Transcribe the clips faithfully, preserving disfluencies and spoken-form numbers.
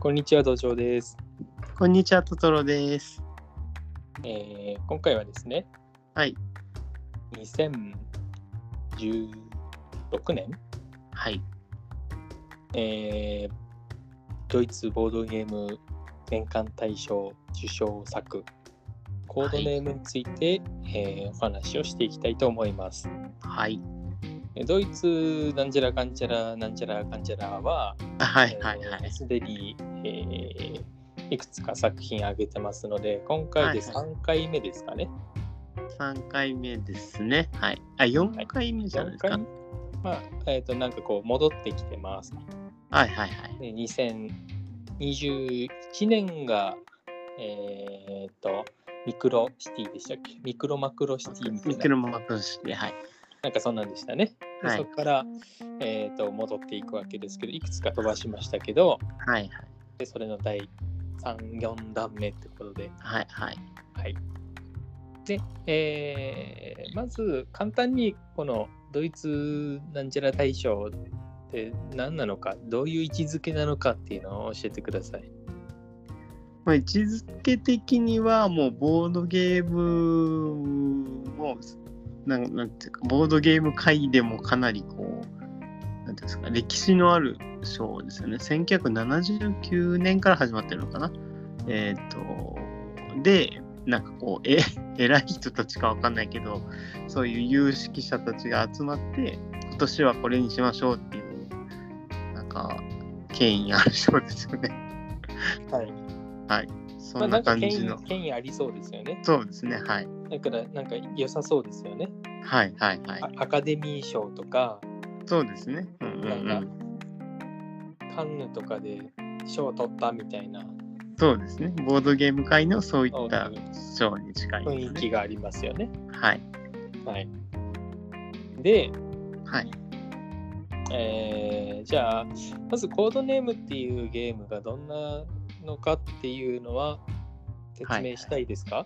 こんにちは、道場です。 こんにちは、トトロです。 えー、今回はですね、 はい。 にせんじゅうろくねん、 はい。 えー、ドイツボードゲーム年間大賞受賞作、コードネームについて、はいえー、お話をしていきたいと思います。 はい。 ドイツなんちゃらかんちゃらなんちゃらかんちゃらは、 はいはいはい。 すで、えー、に、えーいくつか作品挙げてますので、今回でさんかいめですかね。 はいはい、さんかいめですね。はい。あ、よんかいめじゃないですか。はい、 まあ、えっ、ー、と、なんかこう、戻ってきてます。 はいはいはい。 でにせんにじゅういちねんが、えっ、ー、と、ミクロシティでしたっけ？ミクロマクロシティみたいな。 ミクロマクロシティ、はい。 なんかそんなんでしたね。で、 はい、 そこから、えーと、戻っていくわけですけど、いくつか飛ばしましたけど、 はいはい。で、 それのだいさん、よんだんめってことで。 はいはい。 はい。で、えー、まず簡単にこのドイツなんちゃら大賞って何なのか、どういう位置づけなのかっていうのを教えてください。 まあ、位置づけ的にはもうボードゲームもなんなんていうかボードゲーム界でもかなりこうなんていうんですか歴史のある賞ですよね。せんきゅうひゃくななじゅうきゅうねんから始まってるのかな。えっ、ー、とでなんかこうえ偉い人たちかわかんないけどそういう有識者たちが集まって今年はこれにしましょうっていうなんか権威ある賞ですよね。 はいはい、そんな感じの、まあ、 権威ありそうですよね。 そうですね、はい。 だからなんか良さそうですよね。 はいはいはい。 アカデミー賞とか、 そうですね。うんうんうん。 なんかカンヌとかで賞を取ったみたいな。 そうですね。ボードゲーム界のそういった賞に近い、ね、 雰囲気がありますよね。 はい。 はい。で、 はい。 えー、じゃあまずコードネームっていうゲームがどんなのかっていうのは説明したいですか？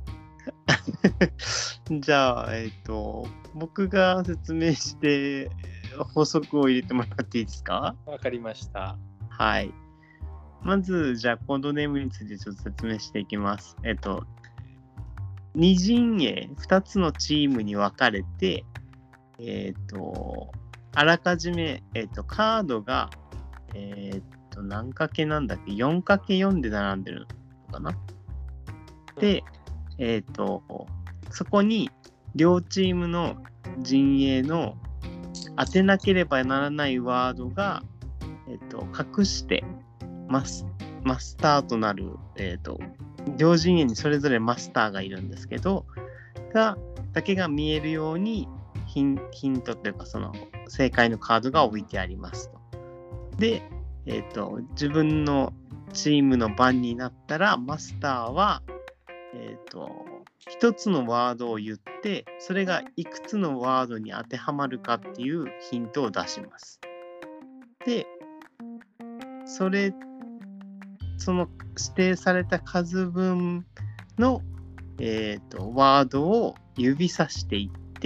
はいはい、じゃあ、えっ、ー、と、僕が説明して法則を入れてもらっていいですか？ わかりました。 はい。まず、じゃあ、コードネームについてちょっと説明していきます。えっ、ー、と、二陣営、二つのチームに分かれて、えっ、ー、と、あらかじめ、えっ、ー、と、カードが、えっ、と、何掛けなんだっけ ?よんかけよん で並んでるのかな。で、えっ、ー、と、そこに両チームの陣営の当てなければならないワードが、えっ、ー、と、隠してマス、マスターとなる、えっ、ー、と、両陣営にそれぞれマスターがいるんですけど、が、だけが見えるようにヒン、ヒントというか、その正解のカードが置いてありますと。で、えっ、ー、と、自分のチームの番になったら、マスターは、えっ、ー、と、一つのワードを言って、それがいくつのワードに当てはまるかっていうヒントを出します。で、それ、その指定された数分の、えっ、ー、と、ワードを指さしていって、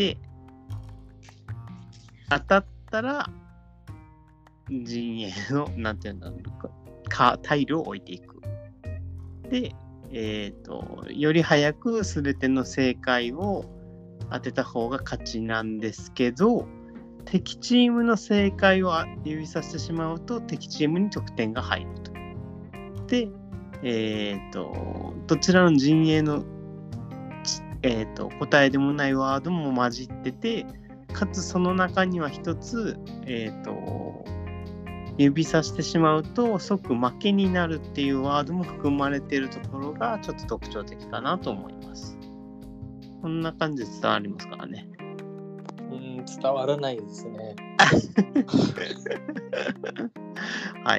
当たったら、陣営の、なんていうんだろうか、タイルを置いていく。で、えーと、より早く全ての正解を当てた方が勝ちなんですけど、敵チームの正解を指さしてしまうと敵チームに得点が入ると。で、えーと、どちらの陣営の、えーと、答えでもないワードも混じってて、かつその中には一つ、えーと、指さしてしまうと即負けになるっていうワードも含まれているところがちょっと特徴的かなと思います。こんな感じで伝わりますからね。 うん、伝わらないですね。 はい。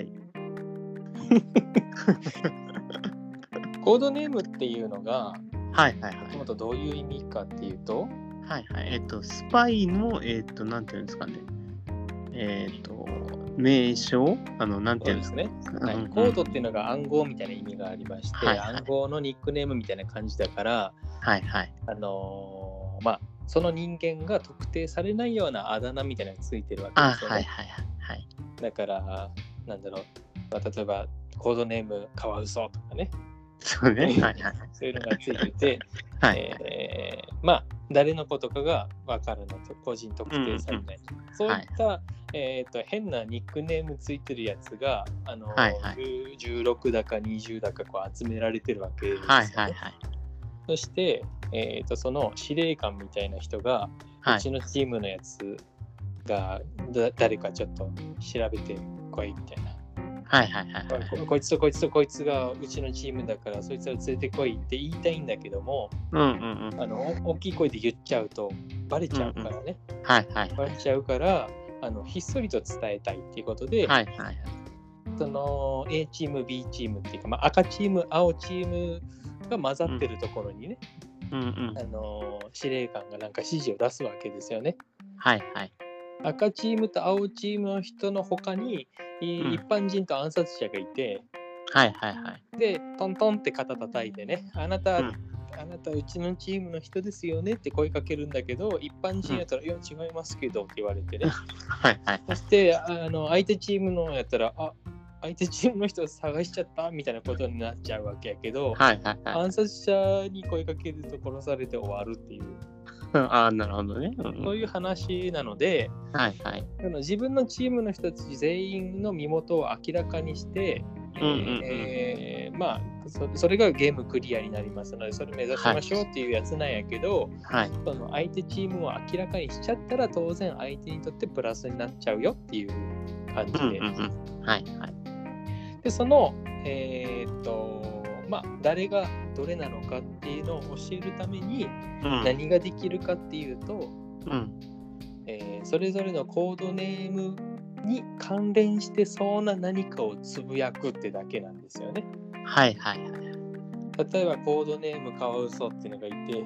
コードネームっていうのが、 はいはいはい。 もともとどういう意味かっていうと、 はいはい。えっと、スパイの、えっと、なんていうんですかね。えっと、名称あの、なんていうんですかね。 はい、コードっていうのが暗号みたいな意味がありまして、はいはい、暗号のニックネームみたいな感じだから、 はいはい。 あのー、まあ、その人間が特定されないようなあだ名みたいなのがついてるわけですよね。 あ、はいはいはい。 だから、なんだろう、まあ、例えば、 コードネームカワウソとかね。 そうね。はいはい。 そういうのがついてて、 はい、 えー、まあ誰のことかが分からないと個人特定されない。うんうん、そういった、はい、えーと、変なニックネームついてるやつがあの、はいはい、じゅうろくだかにじゅうだかこう集められてるわけですよね。はいはいはい、そして、えーと、その司令官みたいな人が、はい、うちのチームのやつがだ誰かちょっと調べてこいみたいな。 はいはいはい、はい、 こ, こいつとこいつとこいつがうちのチームだからそいつを連れてこいって言いたいんだけども、 うんうんうん、 あの大きい声で言っちゃうとバレちゃうからね、 うんうん、はいはい、 バレちゃうからあのひっそりと伝えたいっていうことで、はいはいはい、その A チーム B チームっていうか、まあ、赤チーム青チームが混ざってるところにね、うんうん、あの司令官がなんか指示を出すわけですよね。 はいはい。 赤チームと青チームの人の他に、うん、一般人と暗殺者がいて、 はいはいはい。 でトントンって肩叩いてね、あなた、うん、あなたうちのチームの人ですよねって声かけるんだけど、一般人やったら、うん、いや違いますけどって言われてね。 はいはい。 そしてあの相手チームのやったら、あ相手チームの人を探しちゃったみたいなことになっちゃうわけやけど、 はいはいはい、 暗殺者に声かけると殺されて終わるっていう。 ああ、なるほどね、 うん。そういう話なので、 はいはい、 自分のチームの人たち全員の身元を明らかにして、うんうんうん、えー、まあ そ, それがゲームクリアになりますので、それ目指しましょうっていうやつなんやけど、はい、その相手チームを明らかにしちゃったら当然相手にとってプラスになっちゃうよっていう感じで、うんうんうん、はいはい、でそのえー、っとまあ誰がどれなのかっていうのを教えるために何ができるかっていうと、うんえー、それぞれのコードネームに関連してそうな何かをつぶやくってだけなんですよね。 はいはいはい。 例えばコードネームカワウソっていうのがいて、うん、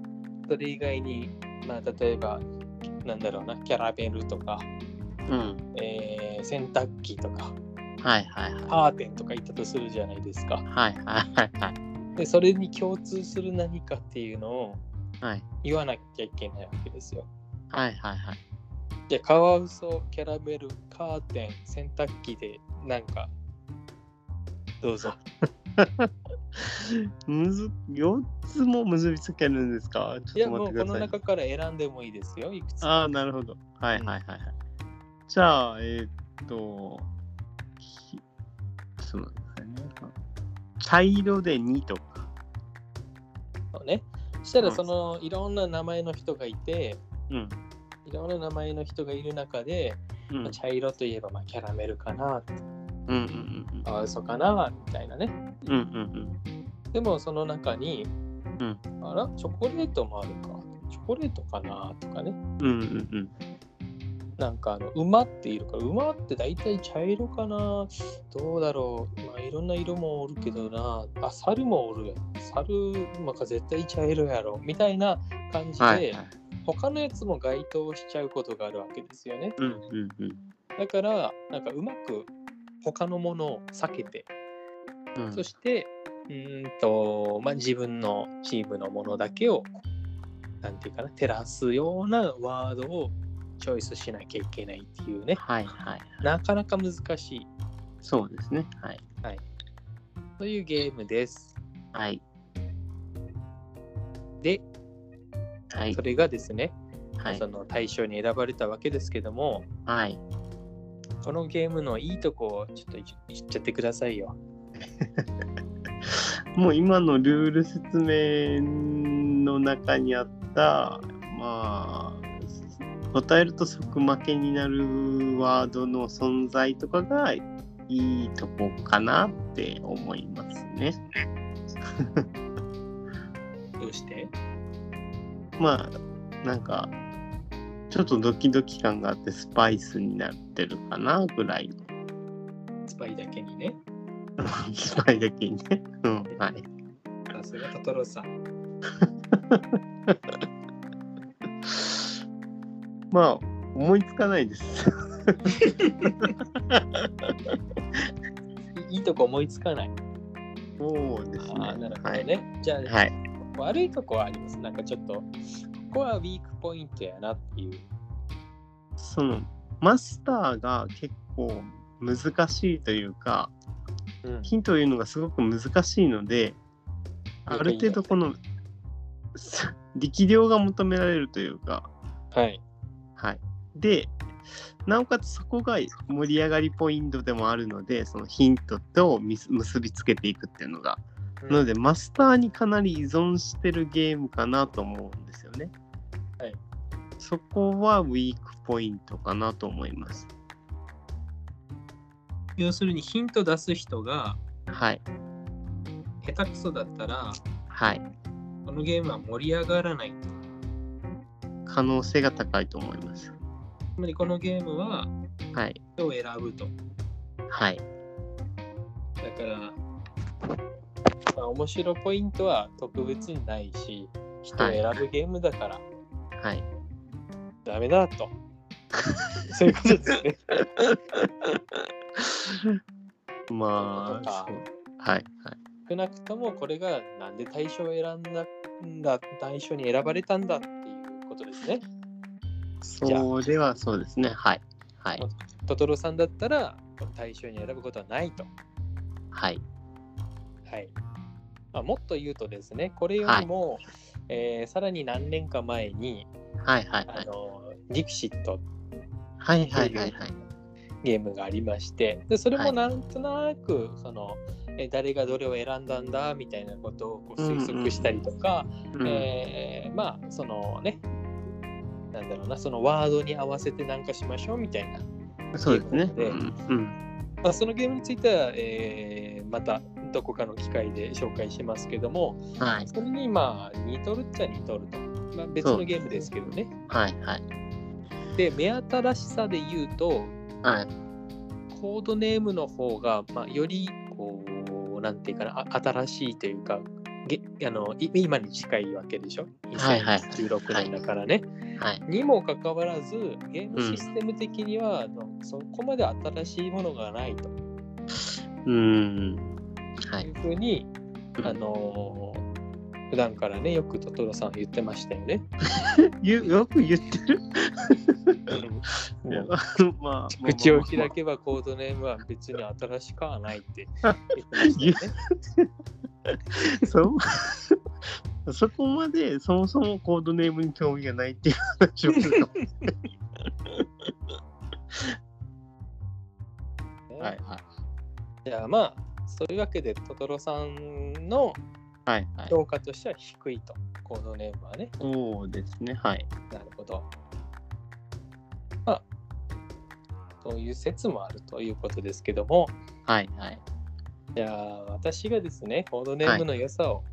それ以外に、まあ、例えばなんだろうなキャラメルとか、うんえー、洗濯機とか、はいはいはい、カーテンとか言ったとするじゃないですか。はいはいはいはい。でそれに共通する何かっていうのを言わなきゃいけないわけですよ。 はいはいはい。 じゃあカワウソ、キャラメル、カーテン、洗濯機でなんかどうぞ。 むずよっつも結びつけるんですか？ ちょっと待ってください。いやもうこの中から選んでもいいですよ。いくつああなるほど。はいはいはいはい。うん、じゃあえー、っとそうなんですね。茶色でにとか。 そうね。そしたらそのいろんな名前の人がいて、うん、いろんな名前の人がいる中で、うん、茶色といえばまあキャラメルかなって、うんうんうん、カワウソかなみたいなね。うんうんうん、でもその中に、うん、あらチョコレートもあるか。チョコレートかなとかね。うんうんうん。なんかあの馬っているから馬って大体茶色かなどうだろうまあいろんな色もおるけどなあ猿もおるやん猿まあ絶対茶色やろみたいな感じで、はいはい、他のやつも該当しちゃうことがあるわけですよね、うんうんうん、だからなんかうまく他のものを避けて、うん、そしてうーんと、まあ、自分のチームのものだけをなんていうかな照らすようなワードをチョイスしなきゃいけないっていうね、はいはいはい、なかなか難しい。 そうですね。はい。 はい。というゲームです。はい。で、はい、それがですね、はい、その大賞に選ばれたわけですけども、はい。このゲームのいいとこをちょっと言っちゃってくださいよ。 もう今のルール説明の中にあった、まあ、答えると即負けになるワードの存在とかがいいとこかなって思いますね。 どうして？ まあなんかちょっとドキドキ感があってスパイスになってるかなぐらいの。 スパイだけにね。 スパイだけにね。うんはい。 さすがトトロさん。 まあ思いつかないです。 いいとこ思いつかない。 そうですね。 あなるほどね。はい、じゃあ、はい、悪いとこはあります。なんかちょっとここはウィークポイントやなっていう。 そのマスターが結構難しいというか、 うん、 ヒントを言うのがすごく難しいので、ある程度この力量が求められるというか、 はい。 はい。で、なおかつそこが盛り上がりポイントでもあるので、そのヒントと結びつけていくっていうのが。 うん、 なので、マスターにかなり依存してるゲームかなと思うんですよね。 はい。 そこはウィークポイントかなと思います。 要するにヒント出す人が、 はい。 下手くそだったら、 はい。 このゲームは盛り上がらないと。 可能性が高いと思います。 つまりこのゲームは、 はい。 人を選ぶと。 はい。 だから、まあ、面白ポイントは特別にないし、人を選ぶゲームだから、 はい。 ダメだと。そういうことですね。 まあ、そう。はい。はい。 少なくともこれがなんで対象を選んだんだ、対象に選ばれたんだっていうことですね。 それはそうですね。はい。はい。 トトロさんだったら、対象に選ぶことはないと。 はい。 はい。まあ、もっと言うとですね、これよりも、はい、えー、さらに何年か前に、 はいはいはい、 あのディクシットはいはいはいはいゲームがありまして、でそれもなんとなく、はい、そのえ誰がどれを選んだんだみたいなことをこう推測したりとか、うんうん、えー、まあそのね、なんだろうな、そのワードに合わせてなんかしましょうみたいな。 そうですね。 で、うんうん、まあ、そのゲームについては、えー、またどこかの機会で紹介しますけども、はい、それにまあ似とるっちゃ似とると。まあ、別のゲームですけどね。 はいはい。 で、目新しさで言うと、 はい、 コードネームの方が、まあ、よりこう、なんていうかな、新しいというか、げあの今に近いわけでしょ。にせんじゅうろくねんだからね。 はいはい、 にもかかわらず、ゲームシステム的には、うん、そこまで新しいものがないと。 うーん。はい。 いうふうに、あのー、普段からね、よくトトロさん言ってましたよね。 よく言ってる、 うん、まあ、口を開けばコードネームは別に新しくはないって言ってましたよね。 そ, そこまでそもそもコードネームに興味がないっていう話をするかもしれない。はいはい。 じゃあまあ、そういうわけでトトロさんの評価としては低いと、はいはい、コードネームはね。 そうですね、はい。 なるほど。まあ、そういう説もあるということですけども、 はいはい。 じゃあ、私がですね、コードネームの良さを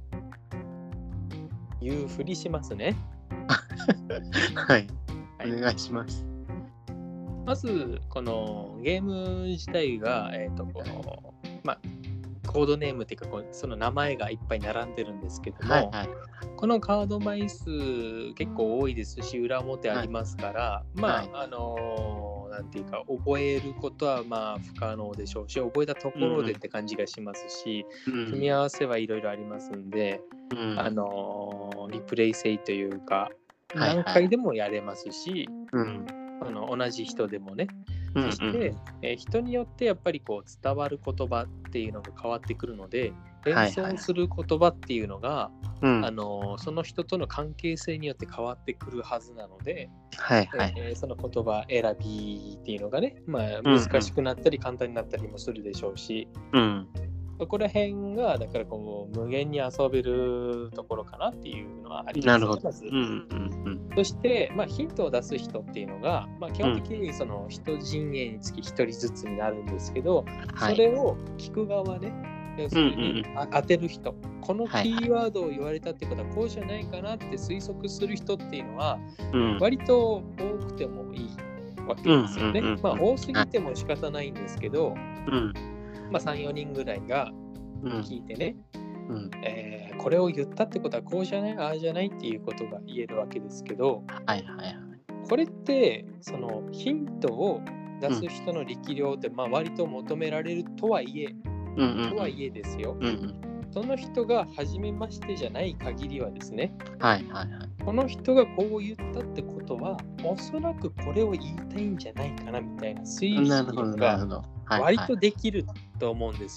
言うふりしますね。 はい、はい、お願いします。 まず、このゲーム自体が、えっと、この、まあ、コードネームっていうかこう、その名前がいっぱい並んでるんですけども、はいはい、このカード枚数結構多いですし、裏表ありますから、はい、まあ、はい、あのー、なんていうか、覚えることはまあ不可能でしょうし、覚えたところでって感じがしますし、うん、組み合わせはいろいろありますんで、うん、あのー、リプレイ性というか、何回でもやれますし、はいはい、うん、あの同じ人でもね。そして、うんうん、えー、人によってやっぱりこう伝わる言葉っていうのが変わってくるので、連想する言葉っていうのが、はいはい、あのその人との関係性によって変わってくるはずなので、はいはい、えー、その言葉選びっていうのがね、まあ、難しくなったり簡単になったりもするでしょうし、うんうん、そこら辺がだからこう無限に遊べるところかなっていうのはあります。 なるほど。 まず、 うんうんうん、 そして、まあ、ヒントを出す人っていうのが、まあ、基本的にその人陣営につきひとりずつになるんですけど、うん、それを聞く側ね、はい、要するに当てる人、うんうん、このキーワードを言われたってことはこうじゃないかなって推測する人っていうのは、うん、割と多くてもいいわけですよね。まあ、多すぎても仕方ないんですけど、うんまあ、さん、よにんぐらいが聞いてね、うんうんえー、これを言ったってことはこうじゃないああじゃないっていうことが言えるわけですけど、はいはいはい、これってそのヒントを出す人の力量ってまあ割と求められるとはいえ、うんうん、とはいえですよ、うんうん、その人が初めましてじゃない限りはですね、はいはいはい、この人がこう言ったってことはおそらくこれを言いたいんじゃないかなみたいな推理が割とできると思うんですよ。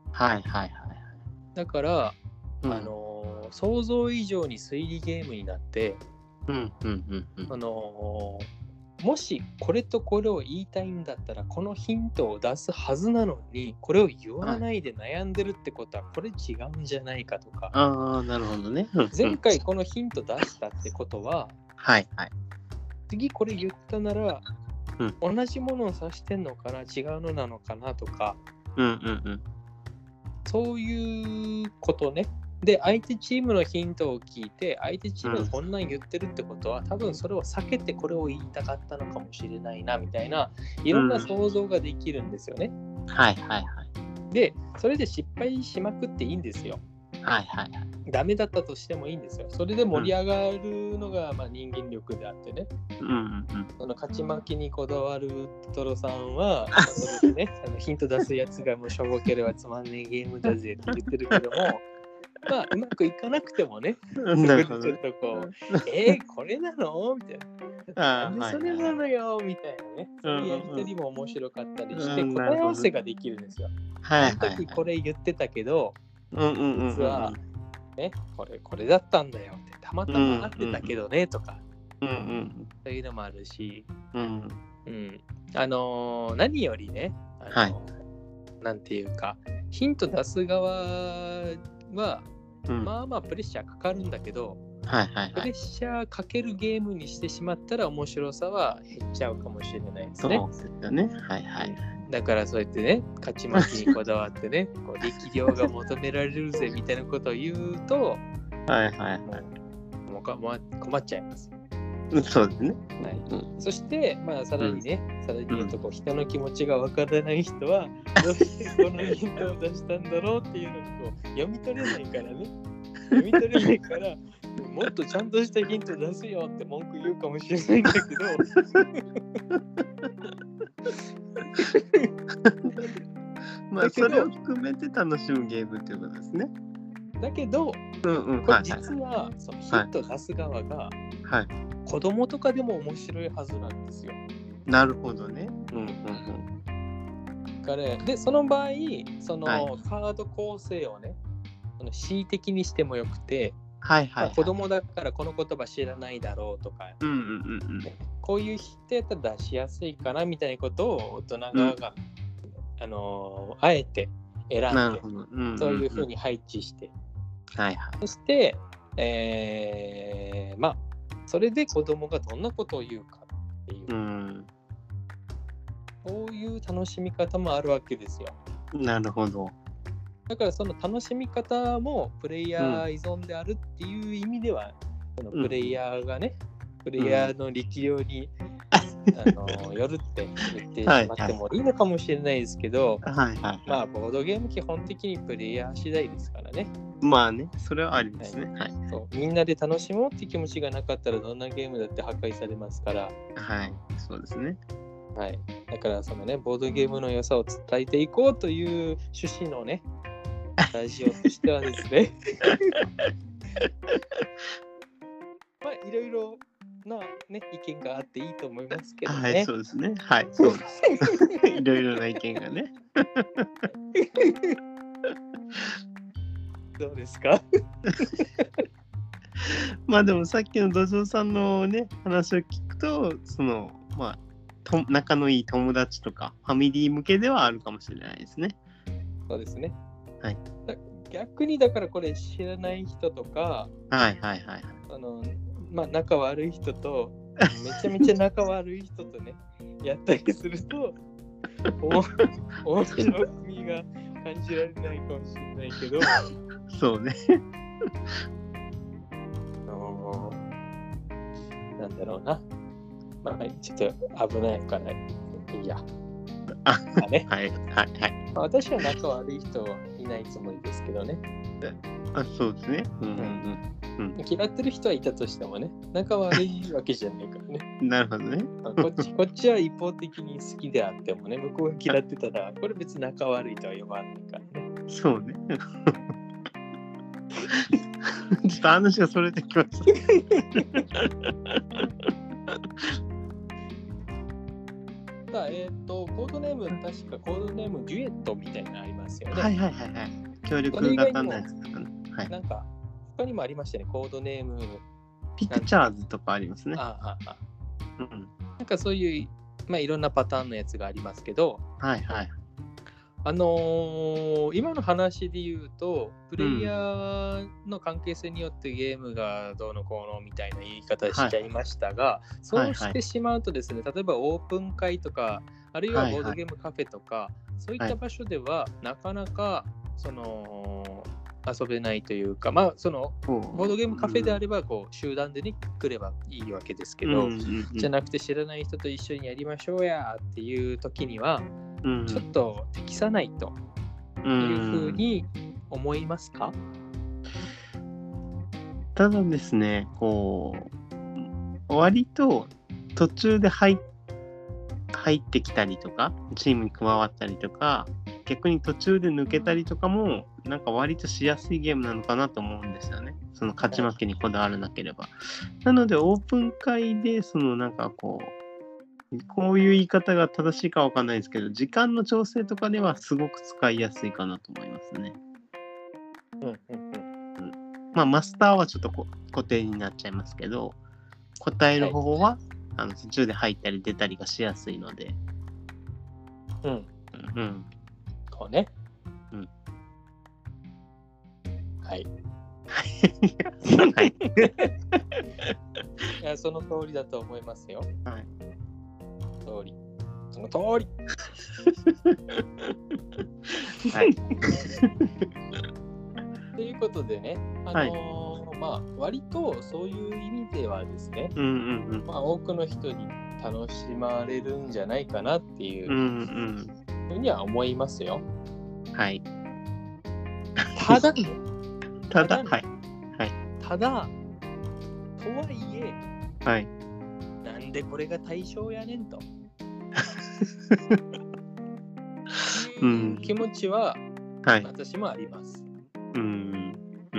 はいはいはい。 だから、 うん、 あのー想像以上に推理ゲームになって、 うんうんうんうん。 あのーもしこれとこれを言いたいんだったらこのヒントを出すはずなのにこれを言わないで悩んでるってことはこれ違うんじゃないかとか、 ああ、なるほどね。うんうん前回このヒント出したってことははいはい。 次これ言ったなら、 うん、 同じものを指してんのかな違うのなのかなとか、 うんうんうん。 そういうことね。で、相手チームのヒントを聞いて、相手チームがこんなん言ってるってことは、多分それを避けてこれを言いたかったのかもしれないな、みたいな、いろんな想像ができるんですよね。 うん、はいはいはい。 で、それで失敗しまくっていいんですよ。 はいはいはい。 ダメだったとしてもいいんですよ。それで盛り上がるのが、まあ、人間力であってね。 うんうんうん。 その勝ち負けにこだわるトロさんは、まあ、それでね、あのヒント出すやつがもうしょぼければつまんねえゲームだぜって言ってるけども、まあ、うまくいかなくてもね、そこでちょっとこう、えー、これなのみたいな。なんでそれなのよみたいなね。そういうやりとりも面白かったりして、答え合わせができるんですよ。 はいあの時これ言ってたけど、 うんうんうんうん、 実は、ね、これ、これだったんだよって、たまたま合ってたけどね、とか、 うんうん、 そういうのもあるし、 うんうん、あのー、何よりね、あのーはい、なんていうか、ヒント出す側は、うん、まあまあプレッシャーかかるんだけど、 はいはいはい、 プレッシャーかけるゲームにしてしまったら面白さは減っちゃうかもしれないですね。 そうですよね。はいはい。 だからそうやってね、勝ち負けにこだわってね、こう力量が求められるぜみたいなことを言うと、 はいはいはい。 もうかもう困っちゃいます。 そうですね。 はいうん、そして、まあ、さらにね、うん、さらに言うとこう、人の気持ちがわからない人は、どうしてこのヒントを出したんだろうっていうのをこう読み取れないからね。読み取れないから、もっとちゃんとしたヒント出すよって文句言うかもしれないんだけど。 まあ、それを含めて楽しむゲームっていうことですね。 だけど、 うんうん、 これ実はそのヒント出す側が、 はい、 子供とかでも面白いはずなんですよ。 なるほどね。うんうんうん。からで、その場合、そのカード構成をね、その恣意的にしてもよくて、 はいはい、はいまあ、 子供だからこの言葉知らないだろうとか、 うんうんうんうん、 こういう人やったら出しやすいかなみたいなことを大人側が、うん、あのー、あえて選んで、うんうんうん、そういうふうに配置して、 はいはい、 そして、えー、まあそれで子供がどんなことを言うかっていう、うん、そういう楽しみ方もあるわけですよ。 なるほど。 だからその楽しみ方もプレイヤー依存であるっていう意味では、うん、そのプレイヤーがね、うん、プレイヤーの力量に、うん、あのよるって言ってしまってもいいのかもしれないですけど、 はいはいはい、 まあボードゲーム基本的にプレイヤー次第ですからね。 まあね、それはありですね、はいはい、 そうみんなで楽しもうって気持ちがなかったらどんなゲームだって破壊されますから。 はい、そうですね。 はい、だからそのね、ボードゲームの良さを伝えていこうという趣旨のね、ラジオとしてはですねまあいろいろな、ね、意見があっていいと思いますけどね。 はい、そうですね。はい、そうです。いろいろな意見がね。 どうですかまあでもさっきの土壌さんのね、話を聞くと、その、まあ、と仲のいい友達とかファミリー向けではあるかもしれないですね。 そうですね。 はい。 逆にだからこれ知らない人とか、 はいはいはい。 あのまあ仲悪い人とめちゃめちゃ仲悪い人とねやったりすると面白みが感じられないかもしれないけどそうねあのなんだろうな、まあちょっと危ないからいいやあねはいはいはい、 まあ、私は仲悪い人はいないつもりですけどね。 あ、そうですね、うんうんうん、嫌ってる人はいたとしてもね、仲悪いわけじゃないからね。 なるほどね。 こっちこっちは一方的に好きであってもね、向こうが嫌ってたら、これ別に仲悪いとは呼ばないからね。 そうね。ちょっと話がそれてきました。 だ、えっ、ー、と、コードネーム、確かコードネームデュエットみたいなのありますよね。 はいはいはいはい。協力型のやつとかね。はい。 なんか、他にもありましたね、コードネーム。 ピクチャーズとかありますね。 ああ、ああ。 うん。 なんかそういう、まあ、いろんなパターンのやつがありますけど、 はいはい。 あのー、今の話で言うと、プレイヤーの関係性によってゲームがどうのこうのみたいな言い方しちゃいましたが、はい、そうしてしまうとですね、例えばオープン会とか、あるいはボードゲームカフェとか、はいはい、そういった場所では、なかなかその遊べないというか、まあ、そのボードゲームカフェであればこう集団でね来ればいいわけですけど、うんうんうん、じゃなくて知らない人と一緒にやりましょうやっていう時には、うん、ちょっと適さないというふうに思いますか？ ただですね、こう割と途中で入入ってきたりとか、チームに加わったりとか、逆に途中で抜けたりとかもなんか割としやすいゲームなのかなと思うんですよね。その勝ち負けにこだわらなければ。なのでオープン会でそのなんかこうこういう言い方が正しいかわかんないですけど、時間の調整とかではすごく使いやすいかなと思いますね。うんうんうん。まあマスターはちょっとこ固定になっちゃいますけど、答える方法は、はい、あの途中で入ったり出たりがしやすいので。 うん。 うん。 こうね。 うん。 はい。 はい。 いや、その通りだと思いますよ。 はい。 通り。その通り。 はい。 ということでね、あのーはい、まあ割とそういう意味ではですね、 うんうんうん、 まあ多くの人に楽しまれるんじゃないかなっていうふうには思いますよ。 はい。 ただ、 ただ、はい。はい。 ただ、とはいえ、 はい。 なんでこれが対象やねんと。うん、気持ちは、はい、私もあります。 うん、うん、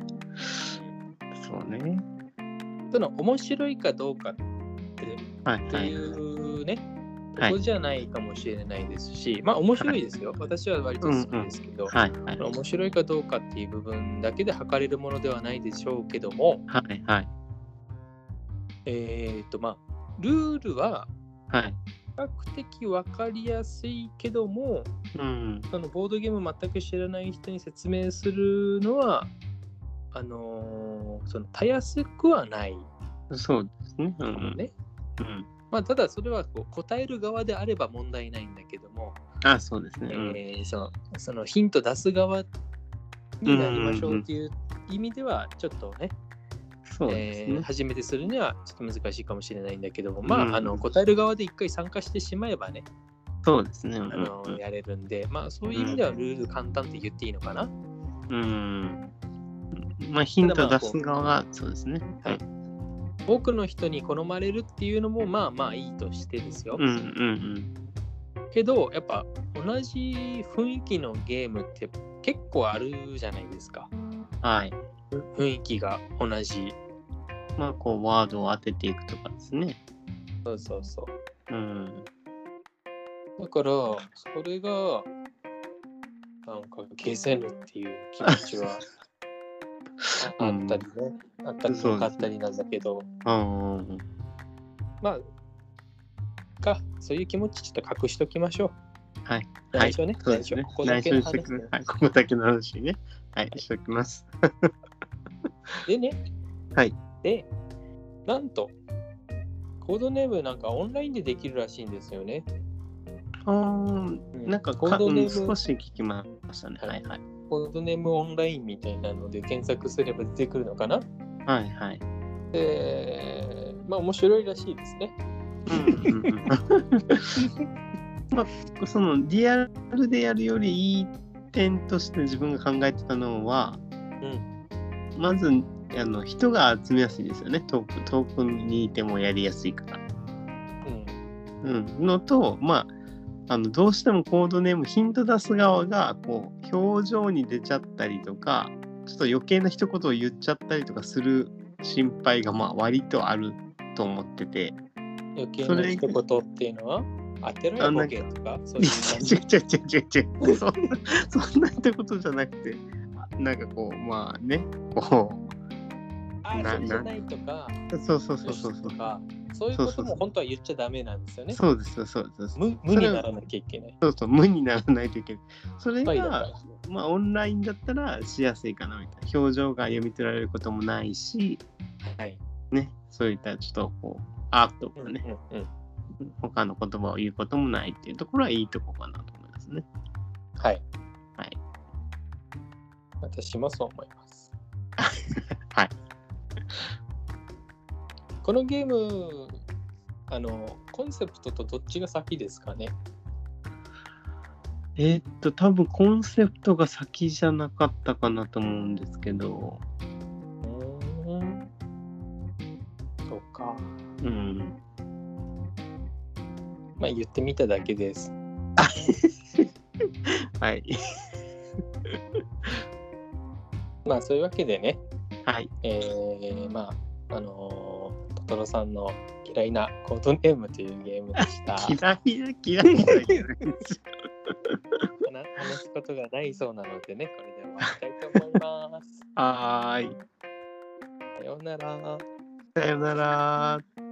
そうね。 その面白いかどうかって、 はい、 っていうね、はい、とこじゃないかもしれないですし、はい、まあ面白いですよ。はい、私は割と好きですけど、うんうんはいはい、面白いかどうかっていう部分だけで測れるものではないでしょうけども、 はいはい。 えっとまあルールは、 はい。 比較的分かりやすいけども、 うん、 そのボードゲーム全く知らない人に説明するのはあのー、そのたやすくはない。 そうですね。うん、 ね。 うんまあ、ただそれはこう答える側であれば問題ないんだけども、 あ、そうですね。 うんえー、そのそのヒント出す側になりましょうっていう意味ではちょっとね、 そうですね、 えー、初めてするにはちょっと難しいかもしれないんだけども、まあ、うん、あの答える側で一回参加してしまえばね、 そうですね、 あのー、やれるんで、まあそういう意味ではルール簡単って言っていいのかな。 うん。まあヒント出す側がそうですね。 はい。多くの人に好まれるっていうのもまあまあいいとしてですよ。 うんうんうん。 けどやっぱ同じ雰囲気のゲームって結構あるじゃないですか。 はい。 雰囲気が同じ。 まあこうワードを当てていくとかですね。 そうそうそう。 うん。 だからそれがなんか消せるっていう気持ちはあったりね、うん、あったりなかったりなんだけど、 うん、 まあかそういう気持ちちょっと隠しときましょう。 はい。 内緒ね。 そうですね。ここだけの話、ねはい、ここだけの話ね。はい、しときます。 でね。 はい。 で、なんとコードネームなんかオンラインでできるらしいんですよね。 あー、なんかコードネーム少し聞きましたね。はいはい。 コードネームオンラインみたいなので検索すれば出てくるのかな。 はいはい。 で、まあ面白いらしいですね。 まあ、そのリアルでやるよりいい点として自分が考えてたのは、うん、まずあの人が集めやすいですよね。遠く遠くにいてもやりやすいから。うん。うん、のと、まあ、あのどうしてもコードネームヒント出す側がこう表情に出ちゃったりとか、ちょっと余計な一言を言っちゃったりとかする心配がまあ割とあると思ってて。 余計な一言っていうのは当てろよボケとかそういう感じ。違う違う違う違う。そんな、そんなってことじゃなくて、なんかこう、まあね、こう。 あ、それじゃないとか、 そうそうそうそうとか、そういうことも本当は言っちゃダメなんですよね。 そうですそうです。 無, 無にならなきゃいけない。 そうそう、無にならないといけない。それが、まあオンラインだったらしやすいかなみたいな。表情が読み取られることもないし、 はい。 ね、そういったちょっとこう、アートとかね、 うんうんうん、 他の言葉を言うこともないっていうところはいいところかなと思いますね。 はい。 はい。 私もそう思います。 はい。 このゲーム、あの、コンセプトとどっちが先ですかね？ えー、っと、多分コンセプトが先じゃなかったかなと思うんですけど。 うーん。そうか。 うん。 まあ言ってみただけです。 はい。 まあそういうわけでね。 はい。 えー、まあ、あのー、トトロさんの嫌いなコードネームというゲームでした。 嫌いな嫌いな嫌いです話すことがないそうなのでね、これで終わりたいと思います。 はーい。 さようなら。 さようなら。